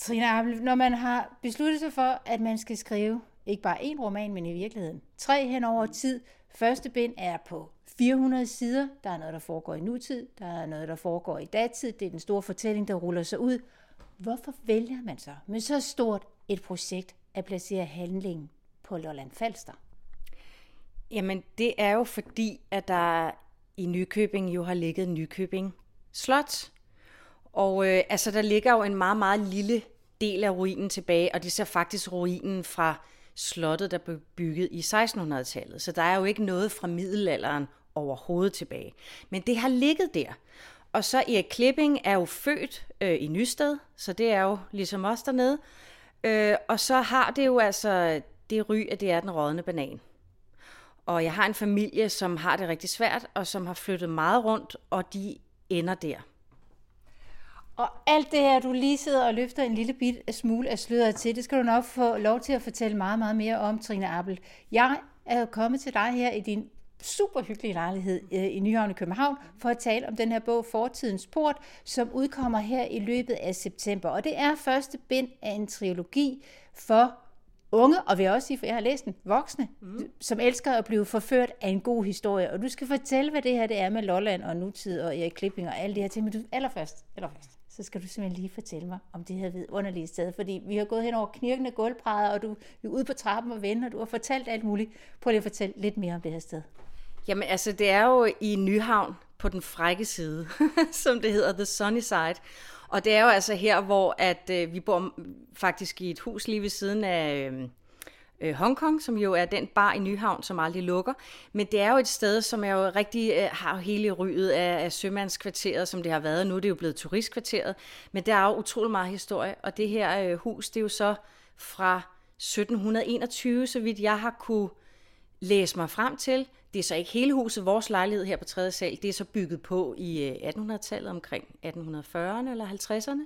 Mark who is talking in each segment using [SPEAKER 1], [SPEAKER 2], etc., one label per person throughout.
[SPEAKER 1] Trine Appel, når man har besluttet sig for, at man skal skrive ikke bare én roman, men i virkeligheden 3 hen over tid. Første bind er på 400 sider. Der er noget, der foregår i nutid. Der er noget, der foregår i datid. Det er den store fortælling, der ruller sig ud. Hvorfor vælger man så med så stort et projekt at placere handlingen på Lolland Falster?
[SPEAKER 2] Jamen, det er jo fordi, at der i Nykøbing jo har ligget Nykøbing Slot. Og der ligger jo en meget, meget lille del af ruinen tilbage, og det er så faktisk ruinen fra slottet, der blev bygget i 1600-tallet. Så der er jo ikke noget fra middelalderen overhovedet tilbage. Men det har ligget der. Og så Erik Klipping er jo født i Nysted, så det er jo ligesom os dernede. Og så har det jo altså det ry, at det er den rådne banan. Og jeg har en familie, som har det rigtig svært, og som har flyttet meget rundt, og de ender der.
[SPEAKER 1] Og alt det her, du lige sidder og løfter en lille smule af sløret til, det skal du nok få lov til at fortælle meget, meget mere om, Trine Appel. Jeg er jo kommet til dig her i din super hyggelige lejlighed i Nyhavn i København for at tale om den her bog Fortidens Port, som udkommer her i løbet af september. Og det er første bind af en trilogi for unge, og vil jeg også sige, for jeg har læst den, voksne, som elsker at blive forført af en god historie. Og du skal fortælle, hvad det her det er med Lolland og nutid og Erik Klipping og alle de her ting. Men du, allerførst, så skal du simpelthen lige fortælle mig om det her vidunderlige sted. Fordi vi har gået hen over knirkende gulvbrædder, og du er ude på trappen og vender, og du har fortalt alt muligt. Prøv lige at fortælle lidt mere om det her sted.
[SPEAKER 2] Jamen altså, det er jo i Nyhavn på den frække side, som det hedder, The Sunny Side. Og det er jo altså her, hvor at vi bor faktisk i et hus lige ved siden af Hongkong, som jo er den bar i Nyhavn, som aldrig lukker. Men det er jo et sted, som er jo rigtig har hele ryget af sømandskvarteret, som det har været. Nu er det jo blevet turistkvarteret, men der er jo utrolig meget historie. Og det her hus, det er jo så fra 1721, så vidt jeg har kunne læse mig frem til. Det er så ikke hele huset, vores lejlighed her på 3. sal, det er så bygget på i 1800-tallet, omkring 1840'erne eller 50'erne.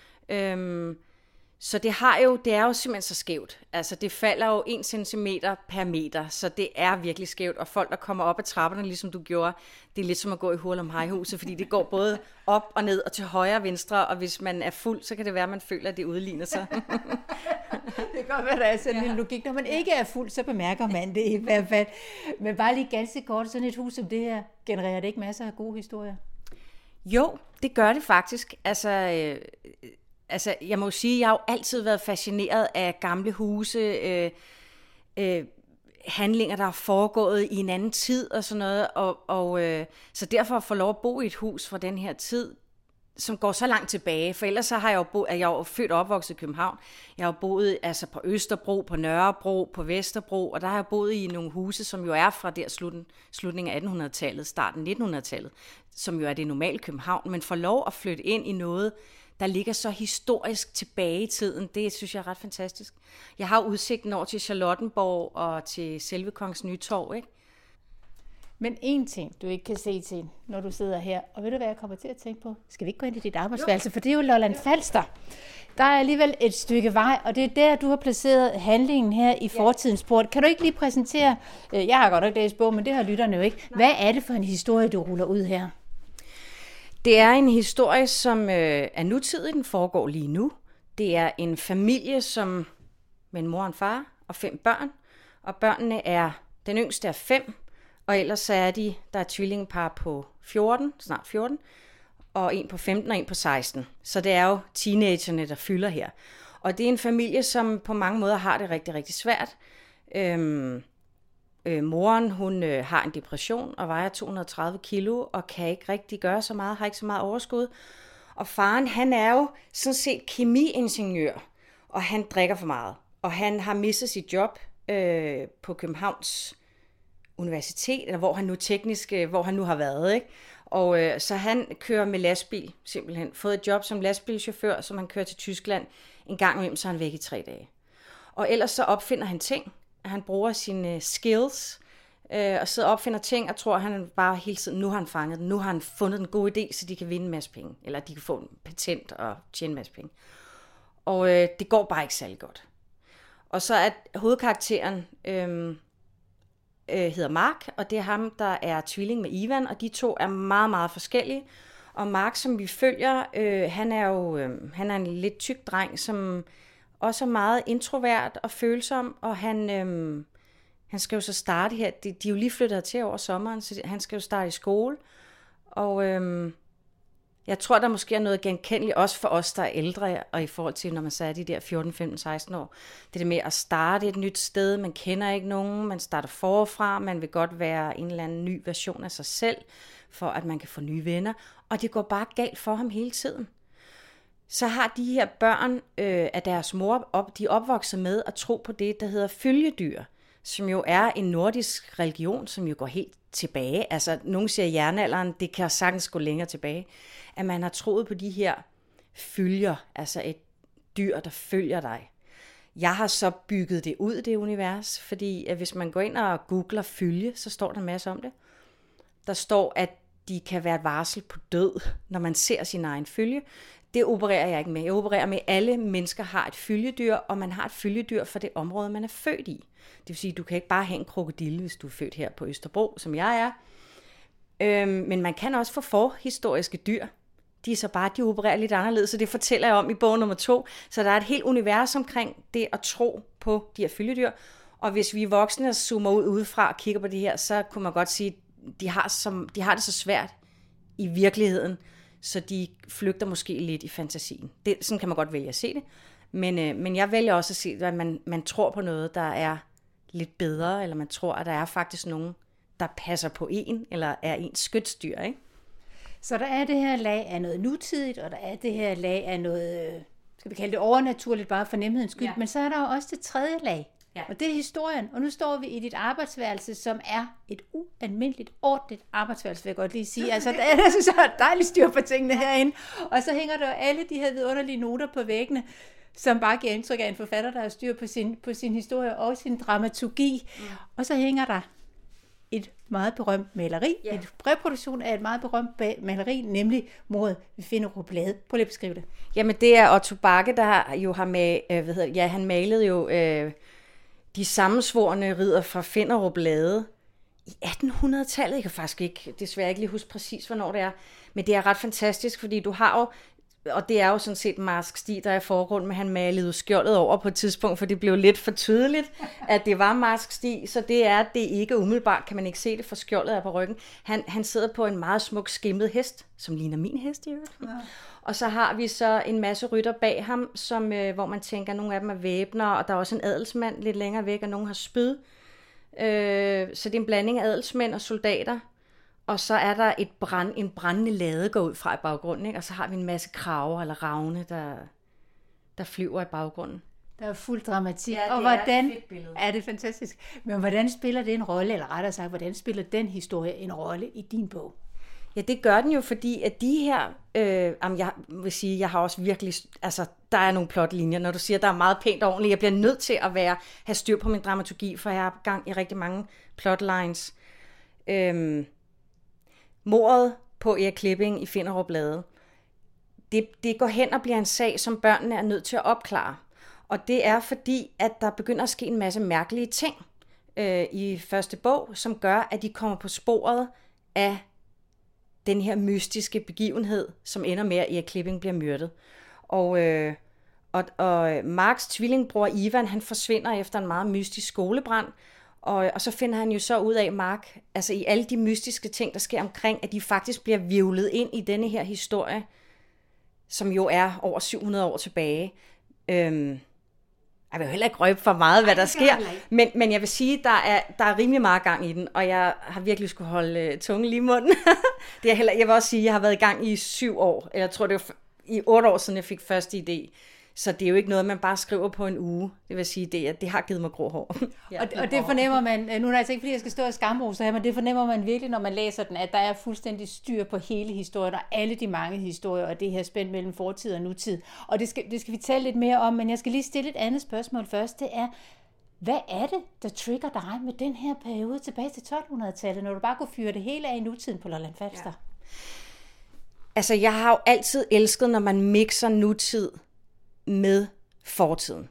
[SPEAKER 2] Så det er jo simpelthen så skævt. Altså det falder jo 1 centimeter per meter, så det er virkelig skævt. Og folk, der kommer op ad trapperne, ligesom du gjorde, det er lidt som at gå i Hurlumhej-huset, fordi det går både op og ned og til højre og venstre, og hvis man er fuld, så kan det være, at man føler, at det udligner sig.
[SPEAKER 1] Det kan godt være, der er sådan en logik. Når man ikke er fuld, så bemærker man det i hvert fald. Men bare lige ganske kort, sådan et hus som det her, genererer det ikke masser af gode historier?
[SPEAKER 2] Jo, det gør det faktisk. Altså, jeg må jo sige, jeg har jo altid været fascineret af gamle huse, handlinger, der er foregået i en anden tid og sådan noget. Så derfor at få lov at bo i et hus fra den her tid, som går så langt tilbage, for ellers så har jeg jo født og opvokset i København. Jeg har jo boet altså på Østerbro, på Nørrebro, på Vesterbro, og der har jeg boet i nogle huse, som jo er fra der slutningen af 1800-tallet, starten af 1900-tallet, som jo er det normale København, men får lov at flytte ind i noget, der ligger så historisk tilbage i tiden. Det synes jeg er ret fantastisk. Jeg har udsigten over til Charlottenborg og til selve Kongens Nytorv, ikke?
[SPEAKER 1] Men en ting, du ikke kan se til, når du sidder her, og ved du, hvad jeg kommer til at tænke på? Skal vi ikke gå ind i dit arbejdsværelse? For det er jo Lolland Falster. Der er alligevel et stykke vej, og det er der, du har placeret handlingen her i Fortidens Port. Kan du ikke lige præsentere, jeg har godt nok læst bog, men det har lytterne jo ikke. Hvad er det for en historie, du ruller ud her?
[SPEAKER 2] Det er en historie, som er nutidig, den foregår lige nu. Det er en familie, som med en mor og en far og 5 børn, og børnene er, den yngste er 5, og ellers så er der er tvillingepar på 14, snart 14, og en på 15 og en på 16. Så det er jo teenagerne, der fylder her. Og det er en familie, som på mange måder har det rigtig, rigtig svært. Moren, hun har en depression og vejer 230 kilo og kan ikke rigtig gøre så meget, har ikke så meget overskud. Og faren, han er jo sådan set kemiingeniør, og han drikker for meget. Og han har mistet sit job på Københavns Universitet, eller hvor han nu har været, ikke? Og så han kører med lastbil, simpelthen. Fået et job som lastbilchauffør, som han kører til Tyskland en gang imellem, så er han væk i 3 dage. Og ellers så opfinder han ting. Han bruger sine skills og sidder og opfinder ting, og tror, han bare hele tiden, nu har han fanget den, nu har han fundet en god idé, så de kan vinde en masse penge, eller de kan få en patent og tjene en masse penge. Og det går bare ikke særlig godt. Og så er hovedkarakteren hedder Mark, og det er ham, der er tvilling med Ivan, og de to er meget, meget forskellige. Og Mark, som vi følger, han er en lidt tyk dreng, som også er meget introvert og følsom, og han skal jo så starte her. De er jo lige flyttet til over sommeren, så han skal jo starte i skole. Og jeg tror, der måske er noget genkendeligt, også for os, der er ældre, og i forhold til, når man så er de der 14, 15, 16 år. Det med at starte et nyt sted, man kender ikke nogen, man starter forfra, man vil godt være en eller anden ny version af sig selv, for at man kan få nye venner, og det går bare galt for ham hele tiden. Så har de her børn af deres mor, de er opvokset med at tro på det, der hedder følgedyr, som jo er en nordisk religion, som jo går helt tilbage. Altså, nogen siger jernalderen, det kan sagtens gå længere tilbage. At man har troet på de her følger, altså et dyr, der følger dig. Jeg har så bygget det ud, det univers, fordi at hvis man går ind og googler følge, så står der en masse om det. Der står, at de kan være et varsel på død, når man ser sin egen følge. Det opererer jeg ikke med. Jeg opererer med, at alle mennesker har et følgedyr, og man har et følgedyr for det område, man er født i. Det vil sige, at du kan ikke bare have en krokodille, hvis du er født her på Østerbro, som jeg er. Men man kan også få forhistoriske dyr. De opererer lidt anderledes, så det fortæller jeg om i bog nummer 2. Så der er et helt univers omkring det at tro på de her følgedyr. Og hvis vi voksne zoomer ud udefra og kigger på det her, så kunne man godt sige, at de har det så svært i virkeligheden, så de flygter måske lidt i fantasien. Sådan kan man godt vælge at se det. Men jeg vælger også at se, at man tror på noget, der er lidt bedre, eller man tror, at der er faktisk nogen, der passer på en, eller er ens skytsdyr, ikke?
[SPEAKER 1] Så der er det her lag af noget nutidigt, og der er det her lag af noget, skal vi kalde det overnaturligt, bare for nemhedens skyld, men så er der jo også det tredje lag, og det er historien. Og nu står vi i dit arbejdsværelse, som er et ualmindeligt ordentligt arbejdsværelse, vil jeg godt lige sige. Altså, der er så dejligt styr på tingene herinde, og så hænger der jo alle de her vidunderlige noter på væggene, som bare giver indtryk af en forfatter, der har styr på sin historie og sin dramaturgi. Og så hænger der et meget berømt maleri, en reproduktion af et meget berømt maleri, nemlig mordet ved Finderup-Lade. Prøv lige at beskrive det.
[SPEAKER 2] Jamen, det er Otto Bakke, der jo har med, han malede jo de sammensvorne ridder fra Finderup-Lade i 1800-tallet. Jeg kan faktisk desværre ikke lige huske præcis, hvornår det er, men det er ret fantastisk, fordi du har jo, og det er jo sådan set Marsk Stig, der er i forgrund, men han malede skjoldet over på et tidspunkt, for det blev lidt for tydeligt, at det var Marsk Stig, så det er det ikke umiddelbart, kan man ikke se det, for skjoldet er på ryggen. Han sidder på en meget smuk skimmet hest, som ligner min hest i øvrigt. Ja. Og så har vi så en masse rytter bag ham, hvor man tænker, at nogle af dem er væbner, og der er også en adelsmand lidt længere væk, og nogen har spyd. Så det er en blanding af adelsmænd og soldater. Og så er der en brændende lade går ud fra i baggrunden, ikke? Og så har vi en masse kraver eller ravne, der flyver i baggrunden.
[SPEAKER 1] Der er fuld dramatik.
[SPEAKER 2] Ja,
[SPEAKER 1] og
[SPEAKER 2] hvordan, er et fedt billede.
[SPEAKER 1] Er det fantastisk. Men hvordan spiller det en rolle, eller rettere sagt, hvordan spiller den historie en rolle i din bog?
[SPEAKER 2] Ja, det gør den jo, fordi at de her, jeg vil sige, jeg har også virkelig, altså der er nogle plotlinjer, når du siger, der er meget pænt og ordentligt. Jeg bliver nødt til at have styr på min dramaturgi, for jeg har gang i rigtig mange plotlines. Mordet på Erik Klipping i Finderup-Lade, det går hen og bliver en sag, som børnene er nødt til at opklare. Og det er fordi, at der begynder at ske en masse mærkelige ting i første bog, som gør, at de kommer på sporet af den her mystiske begivenhed, som ender med, at Erik Klipping bliver myrdet. Og Marks tvillingbror Ivan, han forsvinder efter en meget mystisk skolebrand, og så finder han jo så ud af, Mark, altså i alle de mystiske ting, der sker omkring, at de faktisk bliver hvirvlet ind i denne her historie, som jo er over 700 år tilbage. Jeg vil jo heller ikke røbe for meget, hvad der sker, men jeg vil sige, der er rimelig meget gang i den, og jeg har virkelig skulle holde tungen lige i munden. Jeg vil også sige, at jeg har været i gang i 7 år, eller jeg tror, det var i 8 år siden, jeg fik første idé. Så det er jo ikke noget, man bare skriver på en uge. Det vil sige, det har givet mig grå hår.
[SPEAKER 1] Og det fornemmer man, nu er det altså ikke, fordi jeg skal stå og skamrose her, men det fornemmer man virkelig, når man læser den, at der er fuldstændig styr på hele historien, og alle de mange historier, og det her spænd mellem fortid og nutid. Og det skal vi tale lidt mere om, men jeg skal lige stille et andet spørgsmål først. Det er, hvad er det, der trigger dig med den her periode tilbage til 1200-tallet, når du bare kunne fyre det hele af i nutiden på Lolland Falster? Ja.
[SPEAKER 2] Altså, jeg har jo altid elsket, når man mixer nutid med fortiden.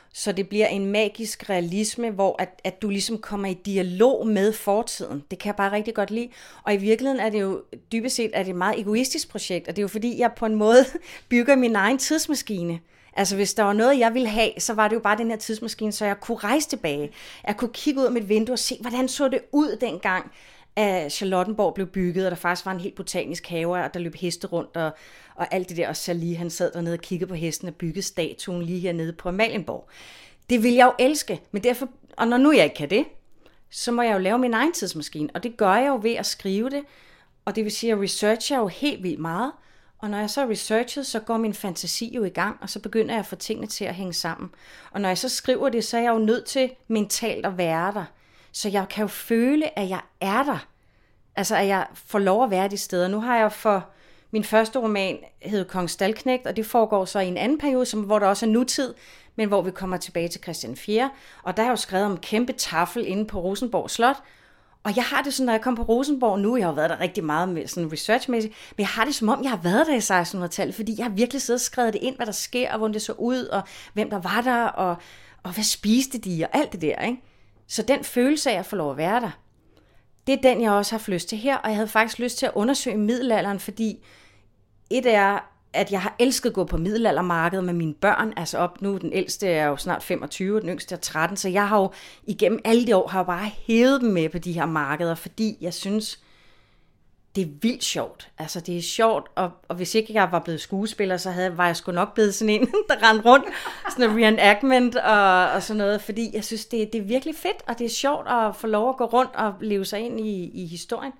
[SPEAKER 2] så det bliver en magisk realisme, hvor at du ligesom kommer i dialog med fortiden. Det kan jeg bare rigtig godt lide. Og i virkeligheden er det jo dybest set et meget egoistisk projekt, og det er jo fordi, jeg på en måde bygger min egen tidsmaskine. Altså hvis der var noget, jeg ville have, så var det jo bare den her tidsmaskine, så jeg kunne rejse tilbage. Jeg kunne kigge ud af mit vindue og se, hvordan så det ud dengang, at Charlottenborg blev bygget, og der faktisk var en helt botanisk have, og der løb heste rundt, og alt det der, og Sally, han sad dernede og kiggede på hesten og byggede statuen lige hernede på Amalienborg. Det vil jeg jo elske, men derfor, og når nu jeg ikke kan det, så må jeg jo lave min egen tidsmaskine, og det gør jeg jo ved at skrive det, og det vil sige, at jeg researcher jo helt vildt meget, og når jeg så har researchet, så går min fantasi jo i gang, og så begynder jeg at få tingene til at hænge sammen. Og når jeg så skriver det, så er jeg jo nødt til mentalt at være der. Så jeg kan jo føle, at jeg er der. Altså, at jeg får lov at være de steder. Nu har jeg for min første roman hed Kong Stalknægt, og det foregår så i en anden periode, hvor der også er nutid, men hvor vi kommer tilbage til Christian 4. Og der har jeg jo skrevet om en kæmpe tafel inde på Rosenborg Slot. Og jeg har det sådan, når jeg kom på Rosenborg nu, jeg har jo været der rigtig meget med sådan researchmæssigt, men jeg har det som om, jeg har været der i 1600-tallet, fordi jeg har virkelig siddet og skrevet det ind, hvad der sker, og hvordan det så ud, og hvem der var der, og hvad spiste de, og alt det der, ikke? Så den følelse af at få lov at være der, det er den, jeg også har haft lyst til her, og jeg havde faktisk lyst til at undersøge middelalderen, fordi et er, at jeg har elsket at gå på middelaldermarkedet med mine børn, altså op nu, den ældste er jo snart 25, den yngste er 13, så jeg har jo igennem alle de år, har jeg bare hævet dem med på de her markeder, fordi jeg synes, det er vildt sjovt. Altså det er sjovt, og hvis ikke jeg var blevet skuespiller, så var jeg sgu nok blevet sådan en, der rendte rundt, sådan en reenactment og sådan noget, fordi jeg synes, det er virkelig fedt, og det er sjovt at få lov at gå rundt og leve sig ind i historien.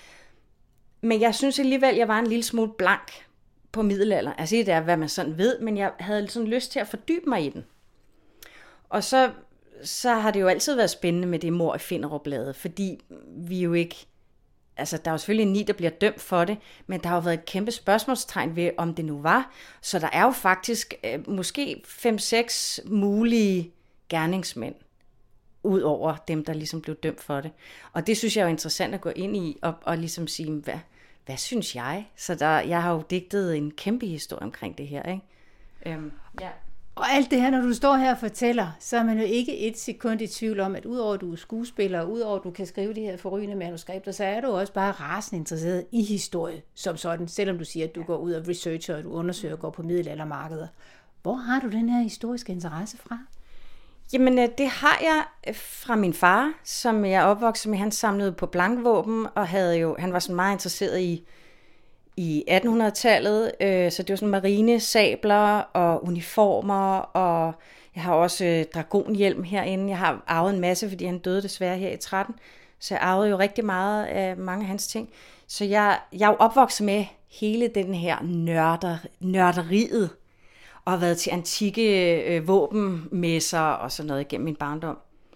[SPEAKER 2] Men jeg synes alligevel, jeg var en lille smule blank på middelalder. Altså det er, hvad man sådan ved, men jeg havde sådan lyst til at fordybe mig i den. Og så har det jo altid været spændende med det mord i Finderup-bladet, fordi vi jo ikke, altså der er jo selvfølgelig en 9, der bliver dømt for det, men der har jo været et kæmpe spørgsmålstegn ved, om det nu var. Så der er jo faktisk måske 5-6 mulige gerningsmænd, ud over dem, der ligesom blev dømt for det. Og det synes jeg er jo interessant at gå ind i, og ligesom sige, hvad synes jeg? Så jeg har jo digtet en kæmpe historie omkring det her, ikke? Ja.
[SPEAKER 1] Og alt det her, når du står her og fortæller, så er man jo ikke et sekund i tvivl om, at udover at du er skuespiller, og udover at du kan skrive de her forrygende manuskripter, så er du også bare rasende interesseret i historie som sådan, selvom du siger, at du går ud og researcher, og du undersøger og går på middelaldermarkeder. Hvor har du den her historiske interesse fra?
[SPEAKER 2] Jamen, det har jeg fra min far, som jeg er opvokset med. Han samlede på blankvåben, og han var sådan meget interesseret i 1800-tallet, så det var sådan marinesabler og uniformer, og jeg har også dragonhjelm herinde. Jeg har arvet en masse, fordi han døde desværre her i 13, så jeg arvede jo rigtig meget af mange af hans ting. Så jeg er jo opvokset med hele den her nørderiet, og har været til antikke våbenmesser og sådan noget igennem min barndom.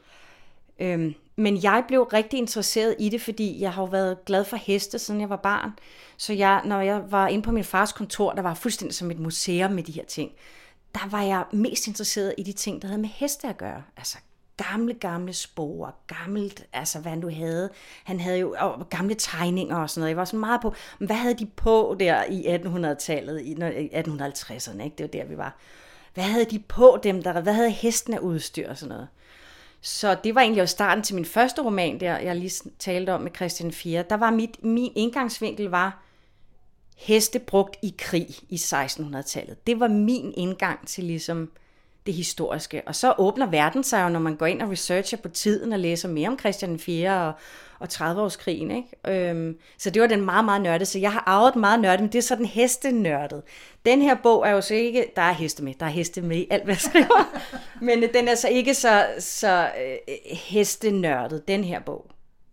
[SPEAKER 2] Men jeg blev rigtig interesseret i det, fordi jeg har jo været glad for heste, siden jeg var barn. Så når jeg var inde på min fars kontor, der var fuldstændig som et museum med de her ting, der var jeg mest interesseret i de ting, der havde med heste at gøre. Altså gamle spor, gammelt, altså hvad han nu havde. Han havde jo gamle tegninger og sådan noget. Jeg var sådan meget på, hvad havde de på der i 1800-tallet, i 1850'erne, ikke? Det var der, vi var. Hvad havde de på dem der? Hvad havde hestene udstyr og sådan noget? Så det var egentlig jo starten til min første roman, der jeg lige talte om med Christian 4. Der var min indgangsvinkel var heste brugt i krig i 1600-tallet. Det var min indgang til ligesom det historiske. Og så åbner verden sig jo, når man går ind og researcher på tiden og læser mere om Christian 4 og 30-årskrigen, ikke? Så det var den meget, meget nørdede. Så jeg har arvet den meget nørdet, men det er så den hestenørdet. Den her bog er jo så ikke, der er heste med i alt, hvad jeg skriver. Men den er så ikke så hestenørdet, den her bog.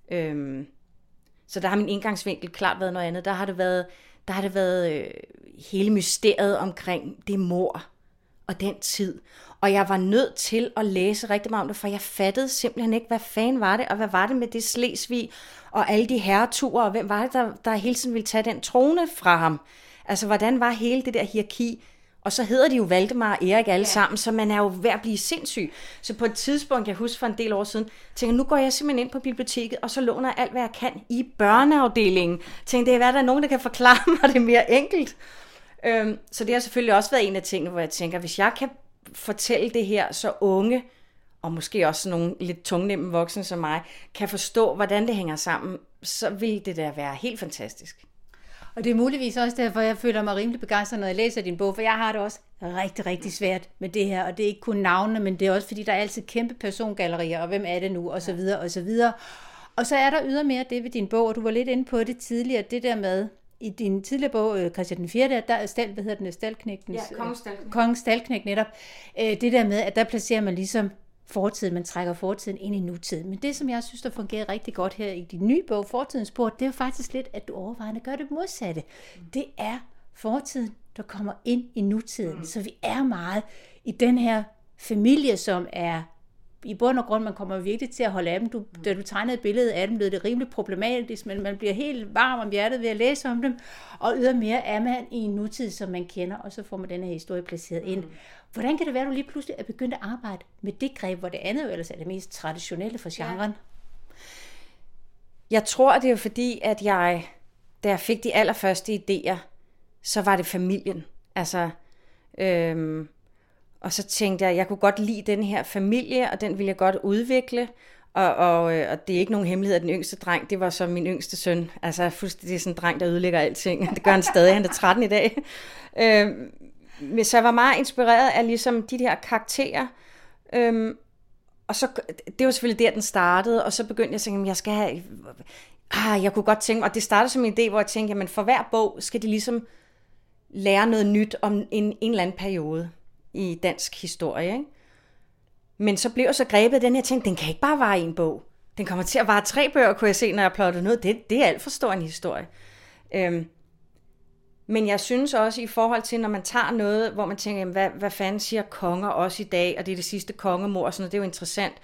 [SPEAKER 2] Så der har min indgangsvinkel klart været noget andet. Der har det været hele mysteriet omkring det mord og den tid. Og jeg var nødt til at læse rigtig meget om det, for jeg fattede simpelthen ikke, hvad fanden var det, og hvad var det med det Slesvig, og alle de herreturer, og hvem var det, der hele tiden ville tage den trone fra ham? Altså, hvordan var hele det der hierarki? Og så hedder de jo Valdemar og Erik alle sammen, så man er jo ved at blive sindssyg. Så på et tidspunkt, jeg husker for en del år siden, tænker nu går jeg simpelthen ind på biblioteket, og så låner jeg alt, hvad jeg kan i børneafdelingen. Tænkte, det er der er nogen, der kan forklare mig det mere enkelt. Så det har selvfølgelig også været en af tingene, hvor jeg tænker, hvis jeg kan fortælle det her, så unge, og måske også nogle lidt tungnemme voksne som mig, kan forstå, hvordan det hænger sammen, så vil det da være helt fantastisk.
[SPEAKER 1] Og det er muligvis også derfor, jeg føler mig rimelig begejstret, når jeg læser din bog, for jeg har det også rigtig, rigtig svært med det her, og det er ikke kun navnene, men det er også, fordi der er altid kæmpe persongallerier, og hvem er det nu, og så videre, og så videre. Og så er der ydermere det ved din bog, og du var lidt inde på det tidligere, det der med, i din tidligere bog, Christian den 4., der er Staldknægtens...
[SPEAKER 2] Ja,
[SPEAKER 1] Kongens Staldknægt netop. Det der med, at der placerer man ligesom fortiden, man trækker fortiden ind i nutiden. Men det, som jeg synes, der fungerer rigtig godt her i din nye bog, Fortidens Port, det er jo faktisk lidt, at du overvejende gør det modsatte. Det er fortiden, der kommer ind i nutiden. Så vi er meget i den her familie, som er i bund og grund, man kommer virkelig til at holde af dem. Da du tegnede et billede af dem, blev det rimelig problematisk, men man bliver helt varm om hjertet ved at læse om dem, og ydermere er man i en nutid, som man kender, og så får man den her historie placeret ind. Hvordan kan det være, at du lige pludselig er begyndt at arbejde med det greb, hvor det andet jo ellers er det mest traditionelle for genren?
[SPEAKER 2] Ja. Jeg tror, det er fordi, at da jeg fik de allerførste idéer, så var det familien. Altså, og så tænkte jeg kunne godt lide den her familie, og den ville jeg godt udvikle. Og det er ikke nogen hemmelighed, at den yngste dreng, det var så min yngste søn. Altså fuldstændig sådan en dreng, der ødelægger alting. Det gør han stadig, han er 13 i dag. Så jeg var meget inspireret af ligesom de her karakterer. Og så, det var selvfølgelig der, den startede, og så begyndte jeg at tænke, jeg skal have... jeg kunne godt tænke mig, og det startede som en idé, hvor jeg tænkte, jamen for hver bog skal de ligesom lære noget nyt om en eller anden periode i dansk historie, ikke? Men så blev jeg så grebet af den her ting, den kan ikke bare vare en bog. Den kommer til at vare 3 bøger, kunne jeg se, når jeg plottede noget. Det er alt for stor en historie. Men jeg synes også i forhold til, når man tager noget, hvor man tænker, hvad fanden siger konger også i dag, og det er det sidste kongemord, og sådan noget, det er jo interessant.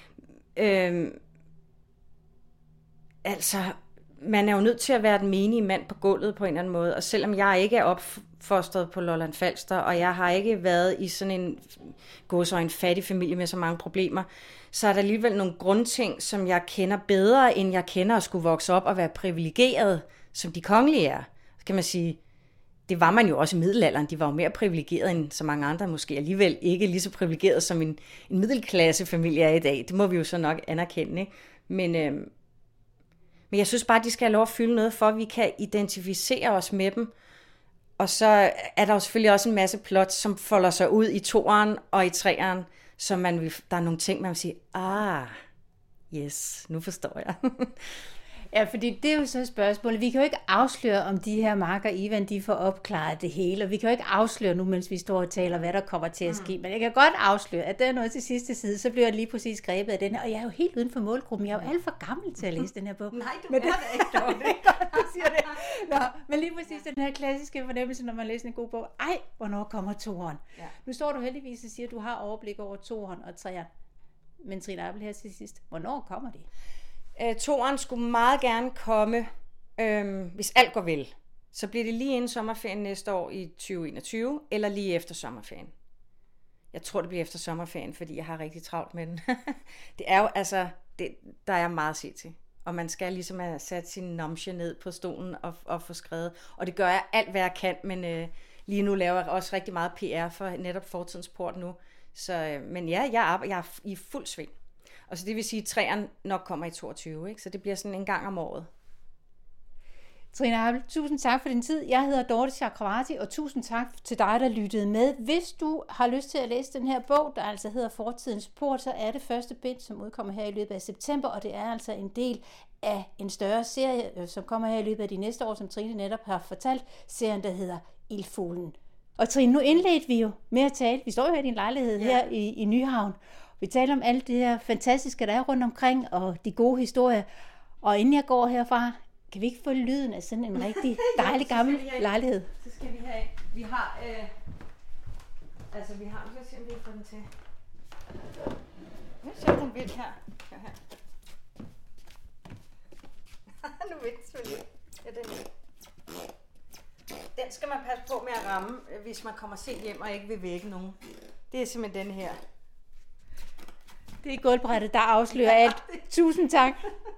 [SPEAKER 2] Altså, man er jo nødt til at være den menige mand på gulvet på en eller anden måde, og selvom jeg ikke er opfostret på Lolland Falster, og jeg har ikke været i sådan en fattig familie med så mange problemer, så er der alligevel nogle grundting, som jeg kender bedre, end jeg kender at skulle vokse op og være privilegeret, som de kongelige er. Så kan man sige, det var man jo også i middelalderen. De var jo mere privilegeret end så mange andre, måske alligevel ikke lige så privilegeret som en middelklassefamilie er i dag. Det må vi jo så nok anerkende, ikke? Men jeg synes bare, at de skal have lov at fylde noget, for at vi kan identificere os med dem. Og så er der jo selvfølgelig også en masse plot, som folder sig ud i 2'eren og i 3'eren, så der er nogle ting, man vil sige, yes, nu forstår jeg.
[SPEAKER 1] Ja, fordi det er jo så spørgsmålet. Vi kan jo ikke afsløre, om de her Mark og Ivan, de får opklaret det hele, og vi kan jo ikke afsløre nu, mens vi står og taler, hvad der kommer til at ske. Men jeg kan godt afsløre, at der er noget til sidste side, så bliver jeg lige præcis grebet af den her, og jeg er jo helt uden for målgruppen. Jeg er jo alt for gammel til at læse den her bog.
[SPEAKER 2] Nej, du er det ikke dog.
[SPEAKER 1] Det er godt, du siger det. Nå, men lige præcis den her klassiske fornemmelse, når man læser en god bog. Hvornår kommer 2'eren? Ja. Nu står du heldigvis og siger, at du har overblik over 2'eren og 3'eren. Men Trine Appel her til sidst, hvornår kommer de?
[SPEAKER 2] 2'eren skulle meget gerne komme, hvis alt går vel. Så bliver det lige inden sommerferien næste år i 2021, eller lige efter sommerferien. Jeg tror, det bliver efter sommerferien, fordi jeg har rigtig travlt med den. Det er jo altså, der er meget at se til. Og man skal ligesom have sat sin nomche ned på stolen og få skrevet. Og det gør jeg alt, hvad jeg kan, men lige nu laver jeg også rigtig meget PR for netop Fortidens Port nu. Så, men ja, jeg er i fuld sving. Og så det vil sige, at 3'eren nok kommer i 22, ikke? Så det bliver sådan en gang om året.
[SPEAKER 1] Trine Appel, tusind tak for din tid. Jeg hedder Dorte Chakravarty, og tusind tak til dig, der lyttede med. Hvis du har lyst til at læse den her bog, der altså hedder Fortidens Port, så er det første bind, som udkommer her i løbet af september, og det er altså en del af en større serie, som kommer her i løbet af de næste år, som Trine netop har fortalt, serien, der hedder Ildfuglen. Og Trine, nu indledte vi jo med at tale. Vi står jo her i din lejlighed her i Nyhavn. Vi taler om alt det her fantastiske, der er rundt omkring, og de gode historier. Og inden jeg går herfra, kan vi ikke få lyden af sådan en rigtig dejlig gammel lejlighed?
[SPEAKER 2] Så skal vi have, vi har, nu skal jeg se, om vi kan få den til. Nu ser den vildt her. Nu ved den selvfølgelig. Ja, den skal man passe på med at ramme, hvis man kommer sent hjem og ikke vil vække nogen. Det er simpelthen den her.
[SPEAKER 1] Det er gulvbrættet, der afslører alt. Tusind tak.